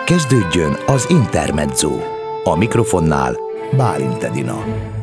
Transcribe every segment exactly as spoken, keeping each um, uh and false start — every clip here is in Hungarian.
Kezdődjön az Intermezzo. A mikrofonnál Bálint Edina.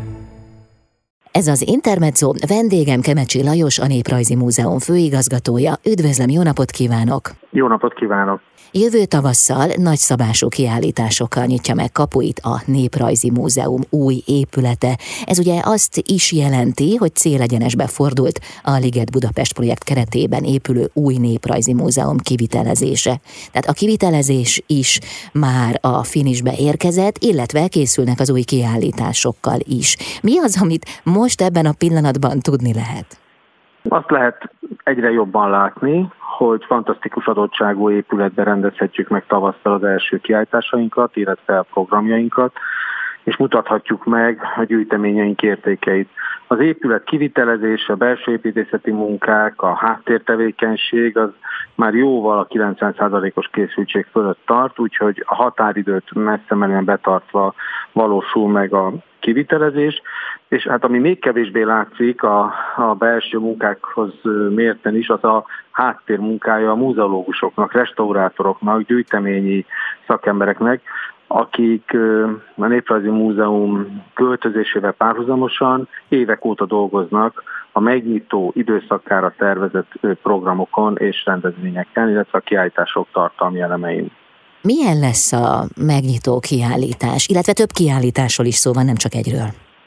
Ez az Intermezzo, vendégem Kemecsi Lajos, a Néprajzi Múzeum főigazgatója. Üdvözlöm, jó napot kívánok! Jó napot kívánok! Jövő tavasszal nagyszabású kiállításokkal nyitja meg kapuit a Néprajzi Múzeum új épülete. Ez ugye azt is jelenti, hogy célegyenesbe fordult a Liget Budapest projekt keretében épülő új Néprajzi Múzeum kivitelezése. Tehát a kivitelezés is már a finisbe érkezett, illetve készülnek az új kiállításokkal is. Mi az, amit most ebben a pillanatban tudni lehet? Azt lehet egyre jobban látni, hogy fantasztikus adottságú épületben rendezhetjük meg tavasszal az első kiállításainkat, illetve a programjainkat, és mutathatjuk meg a gyűjteményeink értékeit. Az épület kivitelezése, a belső építészeti munkák, a háttértevékenység az már jóval a kilencven százalékos készültség fölött tart, úgyhogy a határidőt messze menően betartva valósul meg a kivitelezés, és hát ami még kevésbé látszik a, a belső munkákhoz mérten is, az a háttérmunkája a múzeológusoknak, restaurátoroknak, gyűjteményi szakembereknek, akik a Néprajzi Múzeum költözésével párhuzamosan évek óta dolgoznak a megnyitó időszakára tervezett programokon és rendezvényeken, illetve a kiállítások tartalmi elemein. Milyen lesz a megnyitó kiállítás, illetve több kiállításról is szó van, nem csak egyről?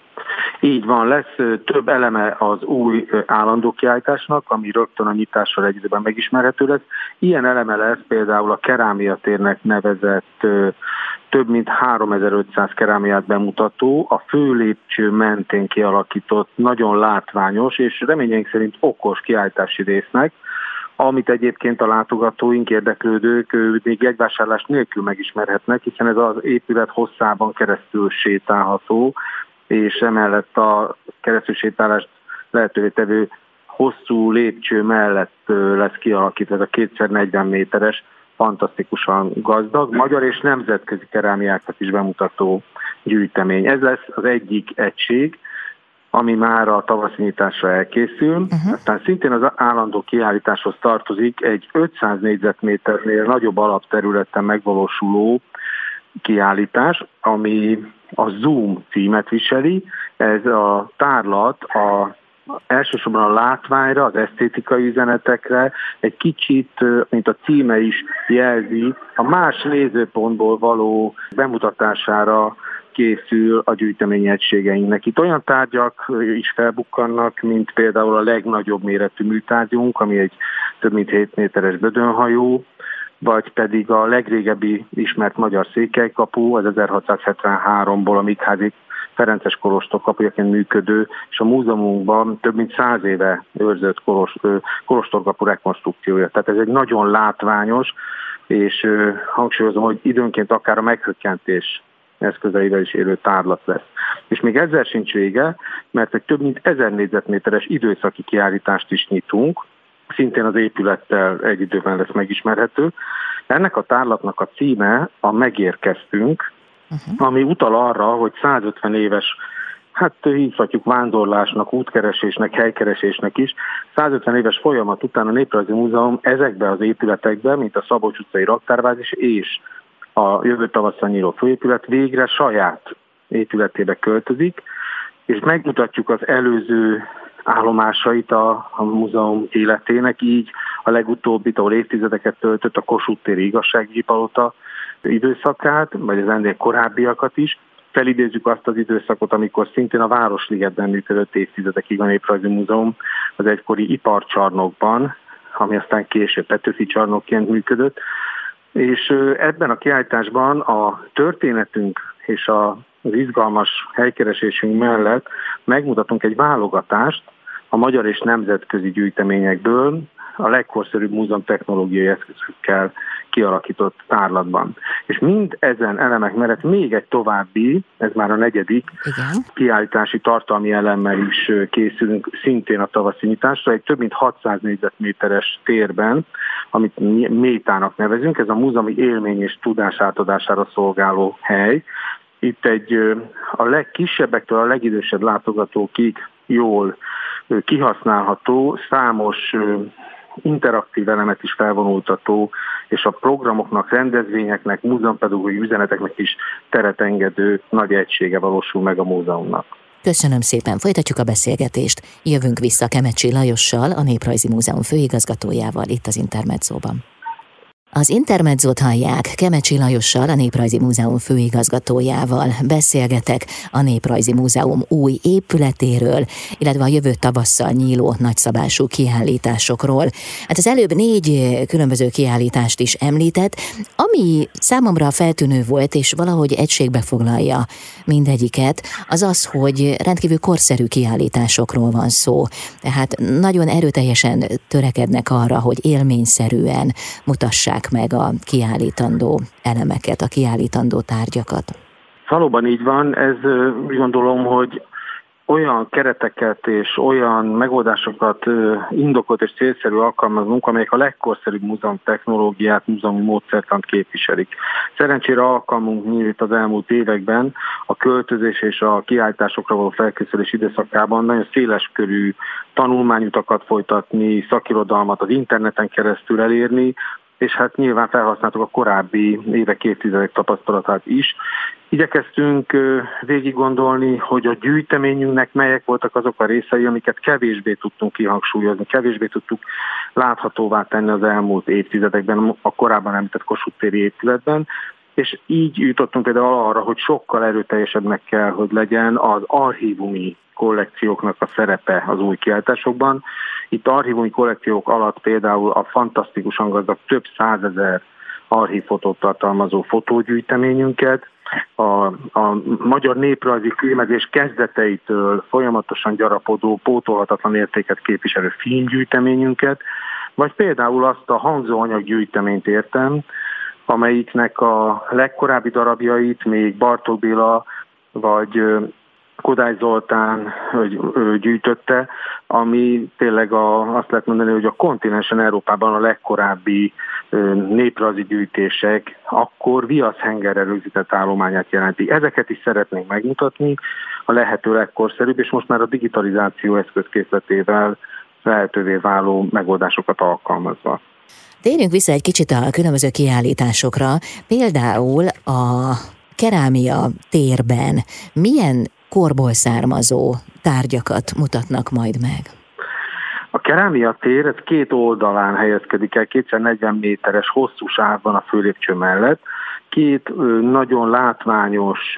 Így van, lesz több eleme az új állandó kiállításnak, ami rögtön a nyitással egy időben megismerhető lesz. Ilyen eleme lesz például a Kerámia térnek nevezett több mint háromezer-ötszáz kerámiát bemutató, a főlépcső mentén kialakított, nagyon látványos és reményeink szerint okos kiállítási résznek, amit egyébként a látogatóink, érdeklődők még jegyvásárlás nélkül megismerhetnek, hiszen ez az épület hosszában keresztül sétálható, és emellett a keresztülsétálást lehetővé tevő hosszú lépcső mellett lesz kialakítva ez a kétszer negyven méteres, fantasztikusan gazdag, magyar és nemzetközi kerámiákat is bemutató gyűjtemény. Ez lesz az egyik egység, ami már a tavaszi nyitásra elkészül. Uh-huh. Aztán szintén az állandó kiállításhoz tartozik egy ötszáz négyzetméternél nagyobb alapterületen megvalósuló kiállítás, ami a Zoom címet viseli. Ez a tárlat a, elsősorban a látványra, az esztétikai üzenetekre, egy kicsit, mint a címe is jelzi, a más nézőpontból való bemutatására készül a gyűjteményi egységeinknek. Itt olyan tárgyak is felbukkannak, mint például a legnagyobb méretű műtárgyunk, ami egy több mint hét méteres bödönhajó, vagy pedig a legrégebbi ismert magyar székelykapu, az ezerhatszázhetvenháromból a Mikházy Ferences kolostor kapujaként működő, és a múzeumunkban több mint száz éve őrzött kolos, kolostorkapu rekonstrukciója. Tehát ez egy nagyon látványos, és hangsúlyozom, hogy időnként akár a meghökkentés eszközeivel is élő tárlat lesz. És még ezzel sincs vége, mert egy több mint ezer négyzetméteres időszaki kiállítást is nyitunk, szintén az épülettel egy időben lesz megismerhető. Ennek a tárlatnak a címe a Megérkeztünk, uh-huh. ami utal arra, hogy százötven éves, hát hívhatjuk vándorlásnak, útkeresésnek, helykeresésnek is, százötven éves folyamat után a Néprajzi Múzeum ezekbe az épületekbe, mint a Szabolcs utcai raktárbázis és a jövő tavasszal nyíló főépület végre saját épületébe költözik, és megmutatjuk az előző állomásait a, a múzeum életének, így a legutóbbit, ahol évtizedeket töltött a Kossuth téri igazságügyi palota időszakát, vagy az ennél korábbiakat is. Felidézzük azt az időszakot, amikor szintén a Városligetben működött évtizedekig a Néprajzi Múzeum, az egykori iparcsarnokban, ami aztán később Petőfi csarnokként működött, és ebben a kiállításban a történetünk és a, az izgalmas helykeresésünk mellett megmutatunk egy válogatást a magyar és nemzetközi gyűjteményekből, a legkorszerűbb múzeum technológiai eszközökkel kialakított tárlatban. És mind ezen elemek mellett még egy további, ez már a negyedik, igen, kiállítási tartalmi elemmel is készülünk szintén a tavaszi nyitásra, egy több mint hatszáz négyzetméteres térben, amit métának nevezünk, ez a múzeumi élmény és tudás átadására szolgáló hely. Itt egy a legkisebbektől a legidősebb látogatókig jól kihasználható, számos interaktív elemet is felvonultató, és a programoknak, rendezvényeknek, múzeumpedagógiai üzeneteknek is teret engedő nagy egysége valósul meg a múzeumnak. Köszönöm szépen, folytatjuk a beszélgetést. Jövünk vissza Kemecsi Lajossal, a Néprajzi Múzeum főigazgatójával itt az Intermedzóban. Az Intermedzót hallják, Kemecsi Lajossal, a Néprajzi Múzeum főigazgatójával beszélgetek a Néprajzi Múzeum új épületéről, illetve a jövő tavasszal nyíló nagyszabású kiállításokról. Hát az előbb négy különböző kiállítást is említett, ami számomra feltűnő volt, és valahogy egységbe foglalja mindegyiket, az az, hogy rendkívül korszerű kiállításokról van szó. Tehát nagyon erőteljesen törekednek arra, hogy élményszerűen mutassák meg a kiállítandó elemeket, a kiállítandó tárgyakat. Valóban így van, ez úgy gondolom, hogy olyan kereteket és olyan megoldásokat indokolt és célszerű alkalmazunk, amelyek a legkorszerűbb múzeum technológiát, múzeumi módszertant képviselik. Szerencsére alkalmunk nyílt az elmúlt években a költözés és a kiállításokra való felkészülés időszakában nagyon széleskörű tanulmányutakat folytatni, szakirodalmat az interneten keresztül elérni, és hát nyilván felhasználtuk a korábbi évek, évtizedek tapasztalatát is. Igyekeztünk végig gondolni, hogy a gyűjteményünknek melyek voltak azok a részei, amiket kevésbé tudtunk kihangsúlyozni, kevésbé tudtuk láthatóvá tenni az elmúlt évtizedekben, a korábban említett Kossuth téri épületben, és így jutottunk például arra, hogy sokkal erőteljesebbnek kell, hogy legyen az archívumi kollekcióknak a szerepe az új kiállításokban. Itt archívumi kollekciók alatt például a fantasztikusan gazdag több százezer archívfotót tartalmazó fotógyűjteményünket, a, a magyar néprajzi filmezés kezdeteitől folyamatosan gyarapodó, pótolhatatlan értéket képviselő filmgyűjteményünket, vagy például azt a hangzóanyaggyűjteményt értem, amelyiknek a legkorábbi darabjait még Bartók Béla vagy Kodály Zoltán gyűjtötte, ami tényleg a, azt lehet mondani, hogy a kontinensen Európában a legkorábbi néprajzi gyűjtések akkor viaszhengerre rögzített állományát jelenti. Ezeket is szeretnénk megmutatni, a lehető legkorszerűbb, és most már a digitalizáció eszközkészletével lehetővé váló megoldásokat alkalmazva. Térjünk vissza egy kicsit a különböző kiállításokra. Például a kerámia térben milyen korból származó tárgyakat mutatnak majd meg? A kerámia tér ez két oldalán helyezkedik el, kétszáznegyven méteres hosszú sávban a főlépcső mellett. Két nagyon látványos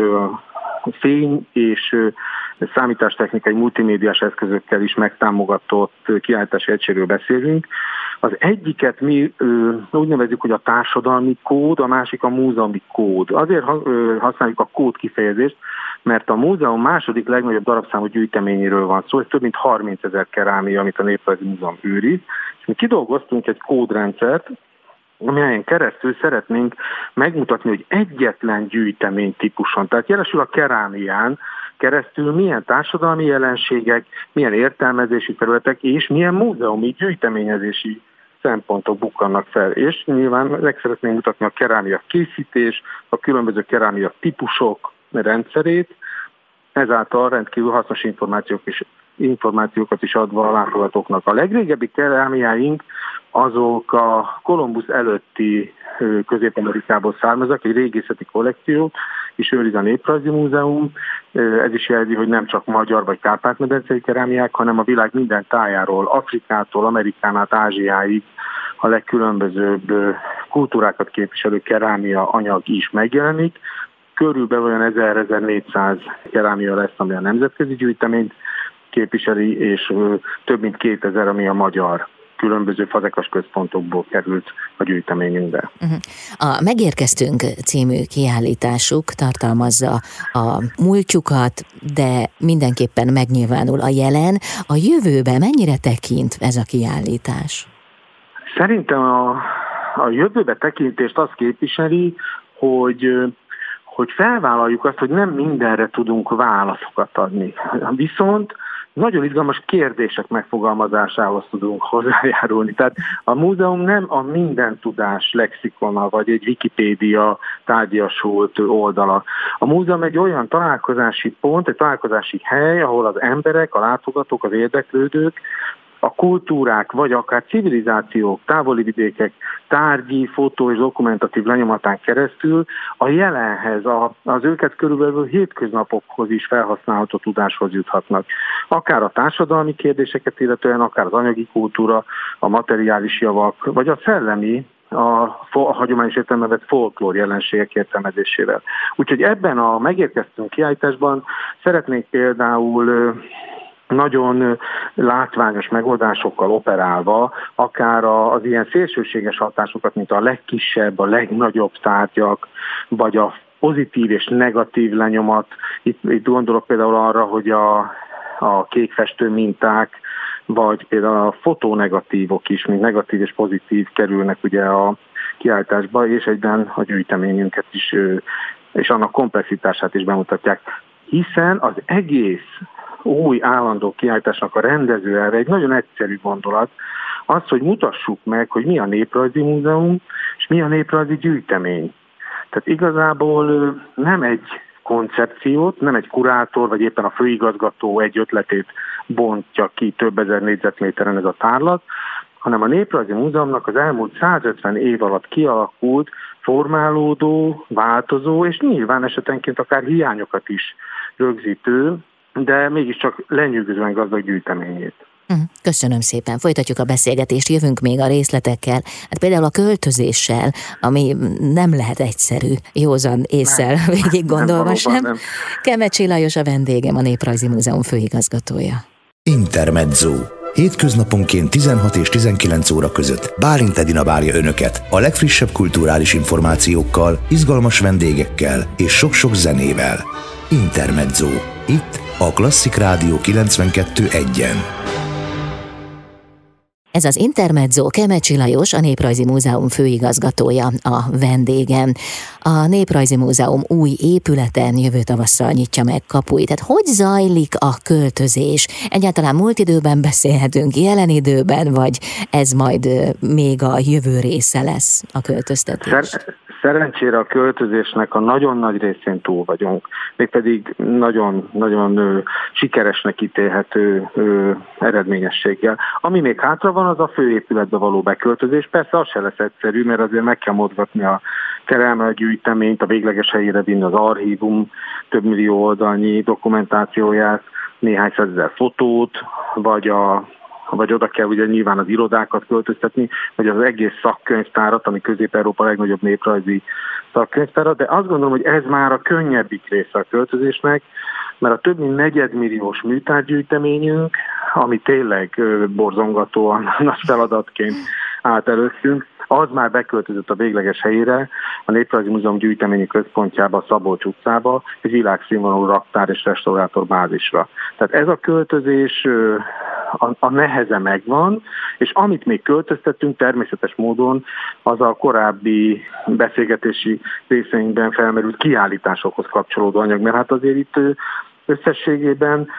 fény és számítástechnikai multimédiás eszközökkel is megtámogatott kiállítási egységről beszélünk. Az egyiket mi úgy nevezzük, hogy a társadalmi kód, a másik a múzeumi kód. Azért használjuk a kód kifejezést, mert a múzeum második legnagyobb darabszámú gyűjteményéről van szó, ez több mint harmincezer kerámia, amit a Néprajzi Múzeum őriz, és mi kidolgoztunk egy kódrendszert, amelyen keresztül szeretnénk megmutatni, hogy egyetlen gyűjtemény típuson, tehát jelesül a kerámián keresztül milyen társadalmi jelenségek, milyen értelmezési területek és milyen múzeumi gyűjteményezési szempontok bukkannak fel. És nyilván meg szeretnénk mutatni a kerámia készítés, a különböző kerámia típusok rendszerét, ezáltal rendkívül hasznos információk is, információkat is adva a látogatóknak. A legrégebbi kerámiáink azok a Kolumbusz előtti Közép-Amerikából származnak, egy régészeti kollekció, és őriz a Néprajzi Múzeum. Ez is jelzi, hogy nem csak magyar vagy kárpát-medencei kerámiák, hanem a világ minden tájáról, Afrikától, Amerikán át Ázsiáig a legkülönbözőbb kultúrákat képviselő kerámia anyag is megjelenik. Körülbelül olyan ezer-ezernégyszáz kerámia lesz, ami a nemzetközi gyűjteményt képviseli, és több mint kétezer, ami a magyar különböző fazekas központokból került a gyűjteményünkbe. A Megérkeztünk című kiállításuk tartalmazza a múltjukat, de mindenképpen megnyilvánul a jelen. A jövőbe mennyire tekint ez a kiállítás? Szerintem a, a jövőbe tekintést azt képviseli, hogy hogy felvállaljuk azt, hogy nem mindenre tudunk válaszokat adni. Viszont nagyon izgalmas kérdések megfogalmazásához tudunk hozzájárulni. Tehát a múzeum nem a minden tudás lexikona, vagy egy Wikipédia tárgyasult oldala. A múzeum egy olyan találkozási pont, egy találkozási hely, ahol az emberek, a látogatók, az érdeklődők a kultúrák, vagy akár civilizációk, távoli vidékek tárgyi, fotó és dokumentatív lenyomatán keresztül a jelenhez, a, az őket körülbelül hétköznapokhoz is felhasználható tudáshoz juthatnak. Akár a társadalmi kérdéseket illetően, akár az anyagi kultúra, a materiális javak, vagy a szellemi, a, a hagyományos értelemben vett folklór jelenségek értelmezésével. Úgyhogy ebben a megérkeztünk kiállításban szeretnénk például nagyon látványos megoldásokkal operálva, akár az ilyen szélsőséges hatásokat, mint a legkisebb, a legnagyobb tárgyak, vagy a pozitív és negatív lenyomat. Itt, itt gondolok például arra, hogy a, a kékfestő minták, vagy például a fotonegatívok is, mint negatív és pozitív kerülnek ugye a kiállításba, és egyben a gyűjteményünket is, és annak komplexitását is bemutatják. Hiszen az egész új állandó kiállításnak a rendező erre egy nagyon egyszerű gondolat, az, hogy mutassuk meg, hogy mi a Néprajzi Múzeum, és mi a néprajzi gyűjtemény. Tehát igazából nem egy koncepciót, nem egy kurátor, vagy éppen a főigazgató egy ötletét bontja ki több ezer négyzetméteren ez a tárlat, hanem a Néprajzi Múzeumnak az elmúlt százötven év alatt kialakult, formálódó, változó, és nyilván esetenként akár hiányokat is rögzítő, de mégiscsak lenyűgözően gazdag gyűjteményét. Köszönöm szépen. Folytatjuk a beszélgetést, jövünk még a részletekkel. Hát például a költözéssel, ami nem lehet egyszerű, józan ésszel végig gondolva sem. Kemecsi Lajos a vendégem, a Néprajzi Múzeum főigazgatója. Intermezzo. Hétköznaponként tizenhat és tizenkilenc óra között Bálint Edina várja Önöket a legfrissebb kulturális információkkal, izgalmas vendégekkel és sok-sok zenével. Intermezzo. Itt a Klasszik Rádió kilencvenkettő egyen. Ez az Intermezzo, Kemecsi Lajos, a Néprajzi Múzeum főigazgatója a vendégem. A Néprajzi Múzeum új épületen jövő tavasszal nyitja meg kapuit. Tehát hogy zajlik a költözés? Egyáltalán múlt időben beszélhetünk, jelen időben, vagy ez majd még a jövő része lesz a költöztetés? Szer- Szerencsére a költözésnek a nagyon nagy részén túl vagyunk, mégpedig nagyon, nagyon ö, sikeresnek ítélhető ö, eredményességgel. Ami még hátra van, az a főépületbe való beköltözés. Persze az se lesz egyszerű, mert azért meg kell mozgatni a terelme gyűjteményt, a végleges helyére vinni az archívum több millió oldalnyi dokumentációját, néhány százezer fotót, vagy a vagy oda kell ugye nyilván az irodákat költöztetni, vagy az egész szakkönyvtárat, ami Közép-Európa legnagyobb néprajzi szakkönyvtára, de azt gondolom, hogy ez már a könnyebbik része a költözésnek, mert a több mint negyedmilliós műtárgyűjteményünk, ami tényleg borzongatóan nagy feladatként állt előttünk, az már beköltözött a végleges helyére, a Néprajzi Múzeum gyűjteményi központjába, a Szabolcs utcába, egy világszínvonalú raktár és restaurátor bázisra. Tehát ez a költözés a, a neheze megvan, és amit még költöztettünk természetes módon, az a korábbi beszélgetési részeinkben felmerült kiállításokhoz kapcsolódó anyag, mert hát azért itt összességében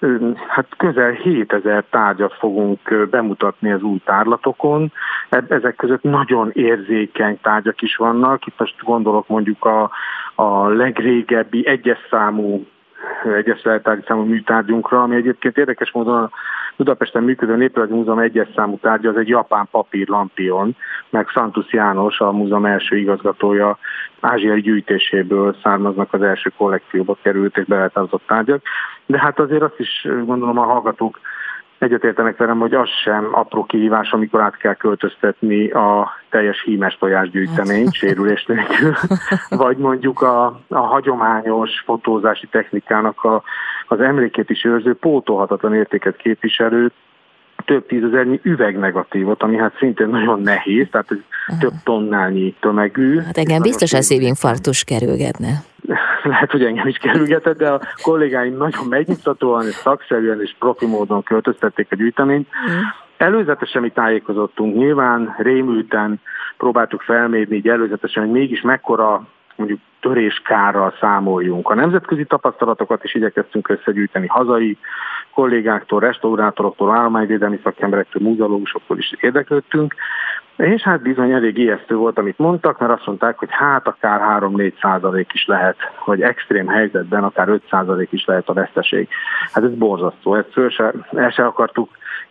hát közel hétezer tárgyat fogunk bemutatni az új tárlatokon. Ezek között nagyon érzékeny tárgyak is vannak. Itt most gondolok mondjuk a, a legrégebbi egyes számú egyes leltárgyi számú műtárgyunkra, ami egyébként érdekes módon a Budapesten működő Néprajzi Múzeum egyes számú tárgya, az egy japán papír lampion, meg Santus János, a múzeum első igazgatója, ázsiai gyűjtéséből származnak az első kollekcióba került és beleltározott tárgyak. De hát azért azt is gondolom a hallgatók egyetértenek velem, hogy az sem apró kihívás, amikor át kell költöztetni a teljes hímes tojásgyűjteményt sérülés nélkül, vagy mondjuk a, a hagyományos fotózási technikának a, az emlékét is őrző, pótolhatatlan értéket képviselő több tízezernyi üvegnegatívot, ami hát szintén nagyon nehéz, tehát több tonnányi tömegű. Hát engem biztos a szívinfarktus kerülgetne. Lehet, hogy engem is kerülgetett, de a kollégáim nagyon megnyugtatóan és szakszerűen és profi módon költöztették a gyűjteményt. Előzetesen mi tájékozottunk, nyilván rémülten próbáltuk felmérni így előzetesen, hogy mégis mekkora mondjuk töréskárral számoljunk. A nemzetközi tapasztalatokat is igyekeztünk összegyűjteni hazai kollégáktól, restaurátoroktól, állományvédelmi szakemberektől, múzeológusoktól is érdeklődtünk, és hát bizony elég ijesztő volt, amit mondtak, mert azt mondták, hogy hát akár három-négy százalék is lehet, vagy extrém helyzetben akár öt százalék is lehet a veszteség. Hát ez borzasztó, ezt föl se, el se akartuk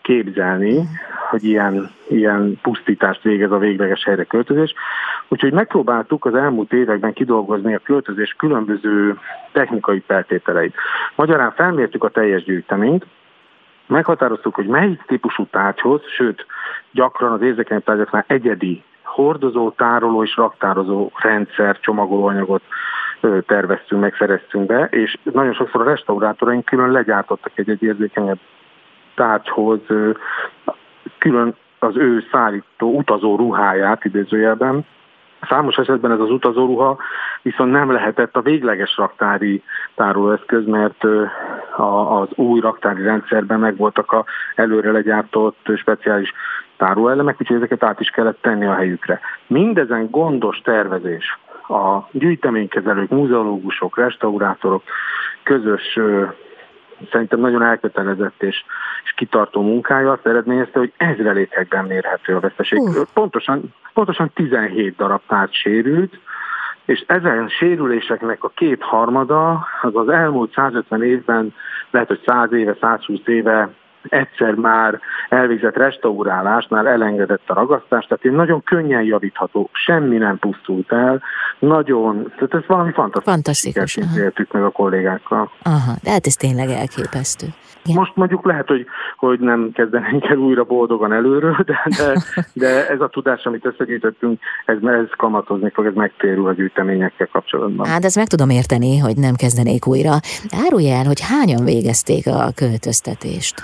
képzelni, hogy ilyen, ilyen pusztítást végez a végleges helyre költözés. Úgyhogy megpróbáltuk az elmúlt években kidolgozni a költözés különböző technikai feltételeit. Magyarán felmértük a teljes gyűjteményt, meghatároztuk, hogy melyik típusú tárgyhoz, sőt, gyakran az érzékeny tárgyaknál egyedi hordozó, tároló és raktározó rendszer, csomagolóanyagot terveztünk, megszereztünk be, és nagyon sokszor a restaurátoraink külön legyártottak egy-egy érzékenyebb tárgyhoz, külön az ő szállító utazó ruháját idézőjelben. Számos esetben ez az utazóruha viszont nem lehetett a végleges raktári tárolóeszköz, mert az új raktári rendszerben megvoltak az előre legyártott speciális tárolóelemek, úgyhogy ezeket át is kellett tenni a helyükre. Mindezen gondos tervezés, a gyűjteménykezelők, muzeológusok, restaurátorok közös, szerintem nagyon elkötelezett és, és kitartó munkája azt eredményezte, hogy ezrelékekben mérhető a veszteség. Uh. Pontosan, pontosan tizenhét darab tárgy sérült, és ezen sérüléseknek a kétharmada az az elmúlt százötven évben, lehet, hogy száz éve, százhúsz éve egyszer már elvégzett restaurálásnál elengedett a ragasztást, tehát nagyon könnyen javítható, semmi nem pusztult el, nagyon, tehát ez valami fantasztikus. Fantasztikus. Éltük meg a kollégákkal. Aha, de hát ez tényleg elképesztő. Igen. Most mondjuk lehet, hogy, hogy nem kezdenénk el újra boldogan előről, de, de, de ez a tudás, amit összegyűjtöttünk, ez, ez kamatozni fog, ez megtérül a gyűjteményekkel kapcsolatban. Hát ezt meg tudom érteni, hogy nem kezdenék újra. Árulj el, hogy hányan végezték a költöztetést?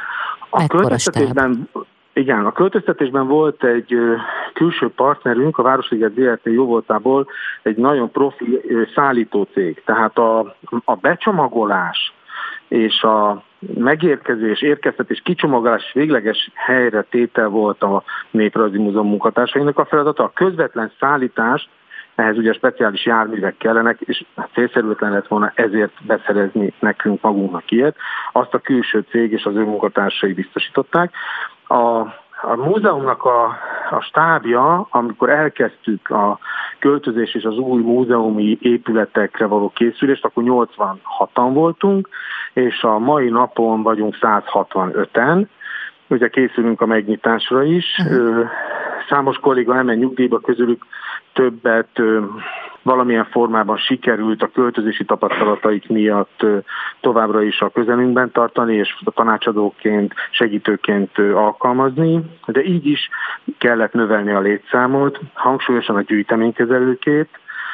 A költöztetésben, igen, a költöztetésben volt egy külső partnerünk, a Városliget zé er té jóvoltából egy nagyon profi szállító cég. Tehát a, a becsomagolás és a megérkezés, érkeztetés, kicsomagolás és végleges helyre tétel volt a Néprajzi Múzeum munkatársainak a feladata. A közvetlen szállítás, ehhez ugye speciális járművek kellenek, és célszerűtlen lett volna ezért beszerezni nekünk magunknak ilyet. Azt a külső cég és az ő munkatársai biztosították. A, a múzeumnak a, a stábja, amikor elkezdtük a költözés és az új múzeumi épületekre való készülést, akkor nyolcvanhatan voltunk, és a mai napon vagyunk száz hatvanöten. Ugye készülünk a megnyitásra is. Uh-huh. Számos kolléga elment nyugdíjba, közülük többet valamilyen formában sikerült a költözési tapasztalataik miatt továbbra is a közelünkben tartani, és a tanácsadóként, segítőként alkalmazni, de így is kellett növelni a létszámot, hangsúlyosan a gyűjteménykezelőkét,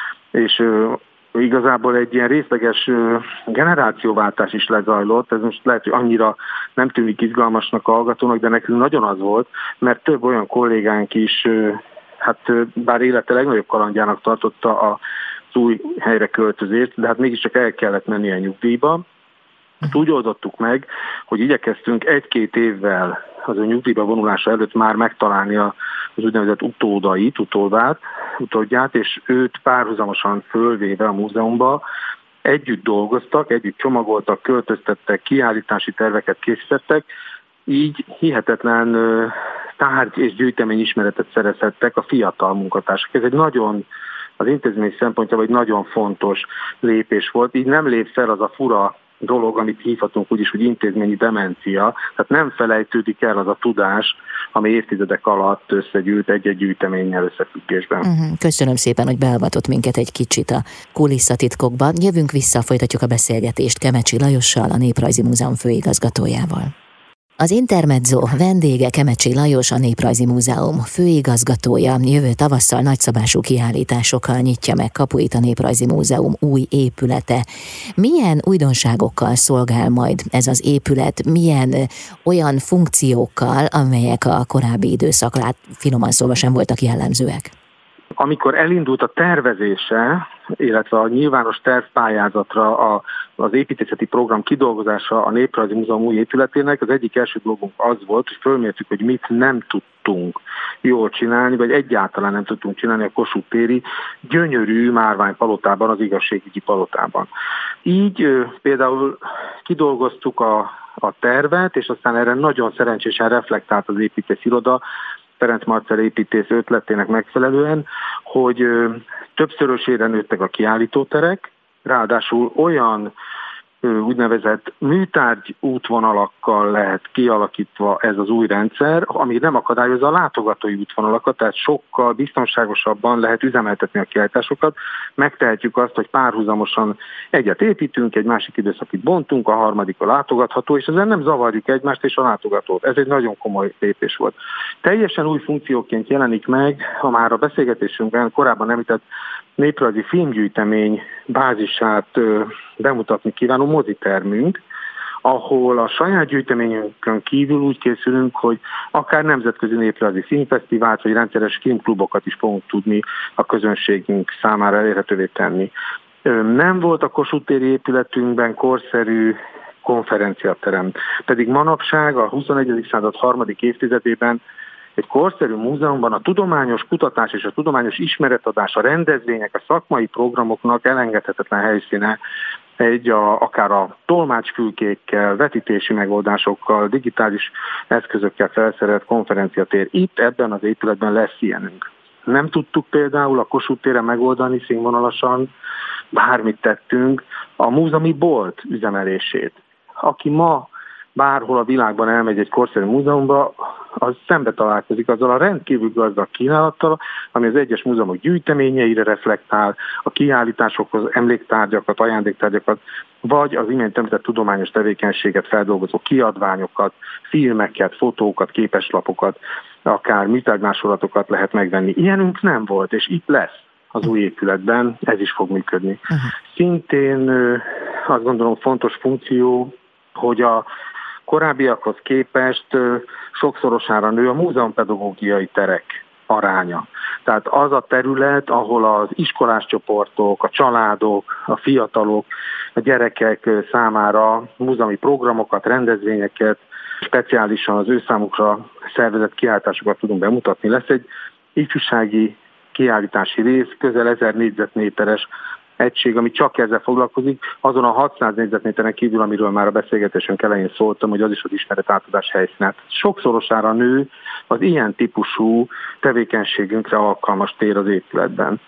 és igazából egy ilyen részleges generációváltás is lezajlott, ez most lehet, hogy annyira nem tűnik izgalmasnak a hallgatónak, de nekünk nagyon az volt, mert több olyan kollégánk is, hát bár élete legnagyobb kalandjának tartotta az új helyre költözést, de hát mégiscsak el kellett menni a nyugdíjba. Hát úgy oldottuk meg, hogy igyekeztünk egy-két évvel az ő nyugdíjba vonulása előtt már megtalálni az úgynevezett utódait, utódát, utódját, és őt párhuzamosan fölvéve a múzeumba együtt dolgoztak, együtt csomagoltak, költöztettek, kiállítási terveket készítettek, így hihetetlen tárgy és gyűjtemény ismeretet szerezhettek a fiatal munkatársak. Ez egy nagyon, az intézmény szempontjából egy nagyon fontos lépés volt, így nem lép fel az a fura dolog, amit hívhatunk úgyis, hogy intézményi demencia, tehát nem felejtődik el az a tudás, ami évtizedek alatt összegyűlt egy-egy gyűjteménnyel összefüggésben. Köszönöm szépen, hogy beavatott minket egy kicsit a kulisszatitkokban. Jövünk vissza, folytatjuk a beszélgetést Kemecsi Lajossal, a Néprajzi Múzeum főigazgatójával. Az Intermezzo vendége Kemecsi Lajos, a Néprajzi Múzeum főigazgatója. Jövő tavasszal nagyszabású kiállításokkal nyitja meg kapuit a Néprajzi Múzeum új épülete. Milyen újdonságokkal szolgál majd ez az épület? Milyen olyan funkciókkal, amelyek a korábbi időszakra finoman szólva sem voltak jellemzőek? Amikor elindult a tervezése, illetve a nyilvános tervpályázatra a, az építészeti program kidolgozása a Néprajzi Múzeum új épületének, az egyik első dolgunk az volt, hogy fölmértük, hogy mit nem tudtunk jól csinálni, vagy egyáltalán nem tudtunk csinálni a Kossuth téri gyönyörű márványpalotában, az igazságügyi palotában. Így például kidolgoztuk a, a tervet, és aztán erre nagyon szerencsésen reflektált az építésziroda, Ferenc Marcell építész ötletének megfelelően, hogy többszörösére nőttek a kiállítóterek, ráadásul olyan úgynevezett műtárgy útvonalakkal lehet kialakítva ez az új rendszer, ami nem akadályozza a látogatói útvonalakat, tehát sokkal biztonságosabban lehet üzemeltetni a kiállításokat. Megtehetjük azt, hogy párhuzamosan egyet építünk, egy másik időszakit bontunk, a harmadik a látogatható, és ezzel nem zavarjuk egymást és a látogatót. Ez egy nagyon komoly lépés volt. Teljesen új funkcióként jelenik meg, ha már a beszélgetésünkben korábban említett néprajzi filmgyűjtemény bázisát ö, bemutatni kívánó mozitermünk, ahol a saját gyűjteményünkön kívül úgy készülünk, hogy akár nemzetközi néprajzi filmfesztivált, vagy rendszeres filmklubokat is fogunk tudni a közönségünk számára elérhetővé tenni. Ö, nem volt a Kossuth téri épületünkben korszerű konferenciaterem, pedig manapság a huszonegyedik század harmadik évtizedében egy korszerű múzeumban a tudományos kutatás és a tudományos ismeretadás, a rendezvények, a szakmai programoknak elengedhetetlen helyszíne egy a, akár a tolmácsfülkékkel, vetítési megoldásokkal, digitális eszközökkel felszerelt konferenciatér. Itt ebben az épületben lesz ilyenünk. Nem tudtuk például a Kossuth téren megoldani színvonalasan, bármit tettünk, a múzeumi bolt üzemelését. Aki ma bárhol a világban elmegy egy korszerű múzeumba, az szembe találkozik azzal a rendkívül gazdag kínálattal, ami az egyes múzeumok gyűjteményeire reflektál, a kiállításokhoz emléktárgyakat, ajándéktárgyakat, vagy az imént említett tudományos tevékenységet feldolgozó kiadványokat, filmeket, fotókat, képeslapokat, akár műtárgymásolatokat lehet megvenni. Ilyenünk nem volt, és itt lesz az új épületben, ez is fog működni. Uh-huh. Szintén azt gondolom fontos funkció, hogy a korábbiakhoz képest sokszorosára nő a múzeumpedagógiai terek aránya. Tehát az a terület, ahol az iskolás csoportok, a családok, a fiatalok, a gyerekek számára múzeumi programokat, rendezvényeket, speciálisan az ő számukra szervezett kiállításokat tudunk bemutatni. Lesz egy ifjúsági kiállítási rész, közel ezer négyzetméteres egység, ami csak ezzel foglalkozik, azon a hatszáz négyzetméteren kívül, amiről már a beszélgetésünk elején szóltam, hogy az is az ismeret átadás helyszíne. Sokszorosára nő az ilyen típusú tevékenységünkre alkalmas tér az épületben.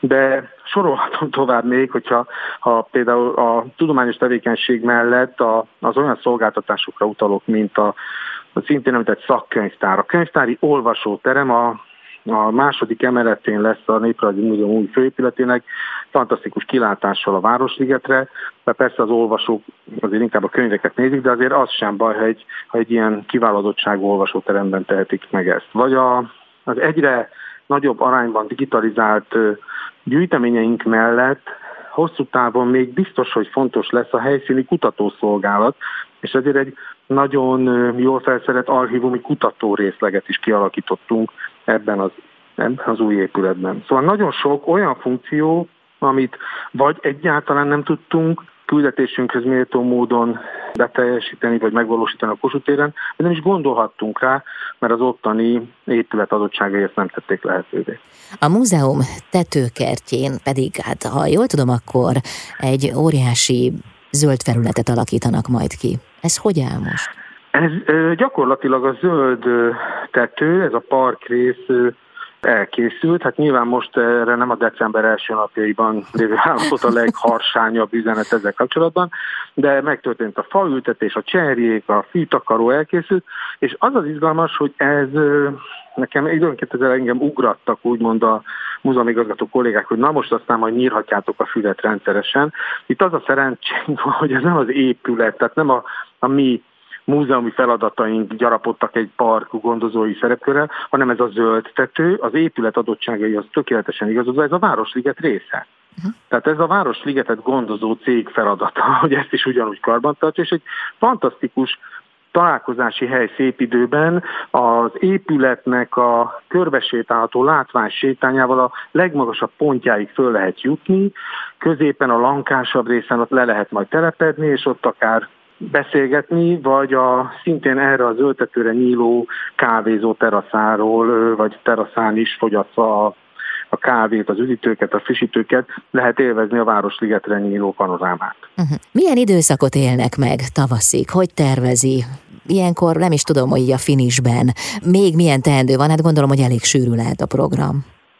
De sorolhatom tovább még, hogyha ha például a tudományos tevékenység mellett a, az olyan szolgáltatásokra utalok, mint a, a szintén említett szakkönyvtár. A könyvtári olvasóterem a A második emeletén lesz a Néprajzi Múzeum új főépületének, fantasztikus kilátással a Városligetre, de persze az olvasók azért inkább a könyveket nézik, de azért az sem baj, ha egy, ha egy ilyen kiválódottságú olvasóteremben tehetik meg ezt. Vagy a, az egyre nagyobb arányban digitalizált gyűjteményeink mellett hosszú távon még biztos, hogy fontos lesz a helyszíni kutatószolgálat, és ezért egy nagyon jól felszerelt archívumi kutatórészleget is kialakítottunk ebben az, ebben az új épületben. Szóval nagyon sok olyan funkció, amit vagy egyáltalán nem tudtunk küldetésünkhöz méltó módon beteljesíteni, vagy megvalósítani a Kossuth téren, de nem is gondolhattunk rá, mert az ottani épület adottságai ezt nem tették lehetővé. A múzeum tetőkertjén pedig, hát ha jól tudom, akkor egy óriási zöld felületet alakítanak majd ki. Ez hogy áll most? Ez ö, gyakorlatilag a zöld ö, tető, ez a parkrész ö, elkészült. Hát nyilván most erre nem a december első napjaiban lévő állapot a legharsányabb üzenet ezzel kapcsolatban, de megtörtént a faültetés, a cserjék, a fűtakaró elkészült, és az az izgalmas, hogy ez ö, nekem időnként ezzel engem ugrattak, úgymond a múzeumigazgató kollégák, hogy na most aztán majd nyírhatjátok a fület rendszeresen. Itt az a szerencsénk, hogy ez nem az épület, tehát nem a, a mi múzeumi feladataink gyarapodtak egy park gondozói szerepkörrel, hanem ez a zöld tető, az épület adottságai az tökéletesen igazodva, ez a Városliget része. Uh-huh. Tehát ez a Városligetet gondozó cég feladata, hogy ezt is ugyanúgy karbantartja, és egy fantasztikus találkozási hely szép időben az épületnek a körbesétálható látványsétányával a legmagasabb pontjáig föl lehet jutni, középen a lankásabb részen ott le lehet majd telepedni, és ott akár beszélgetni, vagy a szintén erre az zöldtetőre nyíló kávézó teraszáról, vagy teraszán is fogyasztva a, a kávét, az üdítőket, a frissítőket lehet élvezni a Városligetre nyíló panorámát. Uh-huh. Milyen időszakot élnek meg tavaszig? Hogy tervezi? Ilyenkor nem is tudom, hogy így a finisben. Még milyen teendő van? Hát gondolom, hogy elég sűrű lehet a program.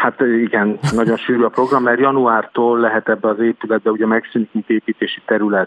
Hát igen, nagyon sűrű a program, mert januártól lehet ebbe az épületbe ugye megszűnik, mint építési terület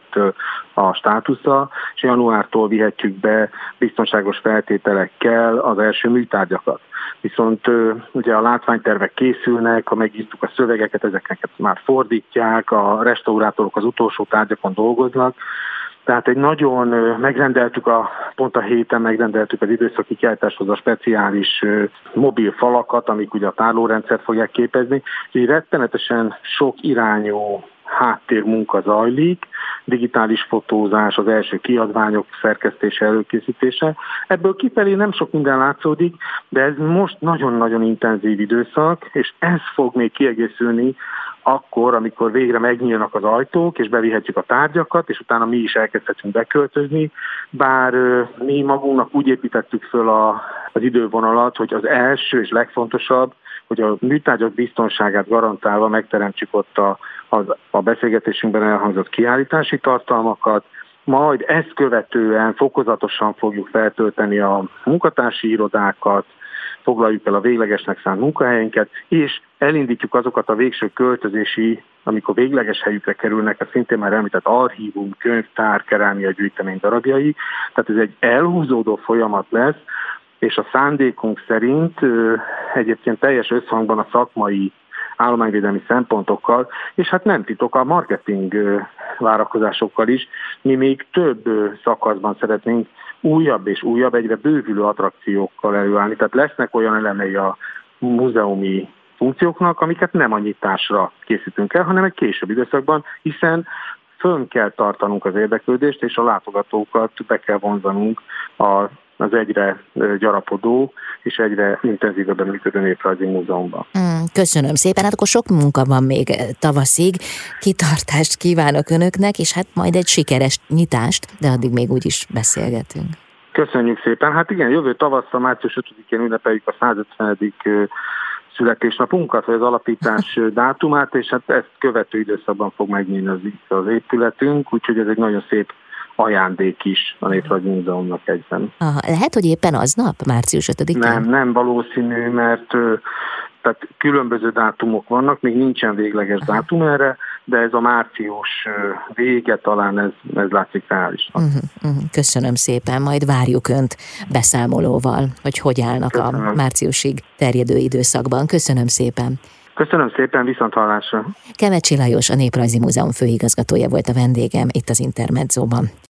a státusza, és januártól vihetjük be biztonságos feltételekkel az első műtárgyakat. Viszont ugye a látványtervek készülnek, ha megírtuk a szövegeket, ezeket már fordítják, a restaurátorok az utolsó tárgyakon dolgoznak, tehát egy nagyon, megrendeltük a, pont a héten megrendeltük az időszaki kiállításhoz a speciális mobil falakat, amik ugye a tárlórendszert fogják képezni, így rettenetesen sok irányú háttérmunka zajlik, digitális fotózás, az első kiadványok szerkesztése, előkészítése. Ebből kifelé nem sok minden látszódik, de ez most nagyon-nagyon intenzív időszak, és ez fog még kiegészülni akkor, amikor végre megnyílnak az ajtók, és bevihetjük a tárgyakat, és utána mi is elkezdhetünk beköltözni, bár mi magunknak úgy építettük föl a, az idővonalat, hogy az első és legfontosabb, hogy a műtárgyak biztonságát garantálva megteremtsük ott a, a, a beszélgetésünkben elhangzott kiállítási tartalmakat, majd ezt követően fokozatosan fogjuk feltölteni a munkatársi irodákat, foglaljuk el a véglegesnek szánt munkahelyeinket, és elindítjuk azokat a végső költözési, amikor végleges helyükre kerülnek, a szintén már említett archívum, könyvtár, kerámia gyűjtemény darabjai. Tehát ez egy elhúzódó folyamat lesz, és a szándékunk szerint egyébként teljes összhangban a szakmai állományvédelmi szempontokkal, és hát nem titok a marketing várakozásokkal is. Mi még több szakaszban szeretnénk újabb és újabb, egyre bővülő attrakciókkal előállni. Tehát lesznek olyan elemei a múzeumi funkcióknak, amiket nem a nyitásra készítünk el, hanem egy később időszakban, hiszen fönn kell tartanunk az érdeklődést, és a látogatókat be kell vonzanunk a az egyre gyarapodó és egyre intenzívebben működő Néprajzi Múzeumban. Mm, köszönöm szépen, hát akkor sok munka van még tavaszig, kitartást kívánok önöknek, és hát majd egy sikeres nyitást, de addig még úgyis beszélgetünk. Köszönjük szépen, hát igen, jövő tavasszal, március ötödikén ünnepeljük a százötvenedik születésnapunkat, vagy az alapítás dátumát, és hát ezt követő időszakban fog megnyílni az épületünk, úgyhogy ez egy nagyon szép ajándék is a Néprajzi Múzeumnak egyben. Aha, lehet, hogy éppen aznap, március ötödikén? Nem, nem valószínű, mert tehát különböző dátumok vannak, még nincsen végleges Aha. dátum erre, de ez a március vége talán ez, ez látszik reálisnak. Uh-huh, uh-huh. Köszönöm szépen, majd várjuk Önt beszámolóval, hogy hogy állnak Köszönöm. a márciusig terjedő időszakban. Köszönöm szépen. Köszönöm szépen, viszonthallásra. Kemecsi Lajos, a Néprajzi Múzeum főigazgatója volt a vendégem itt az Intermedzóban.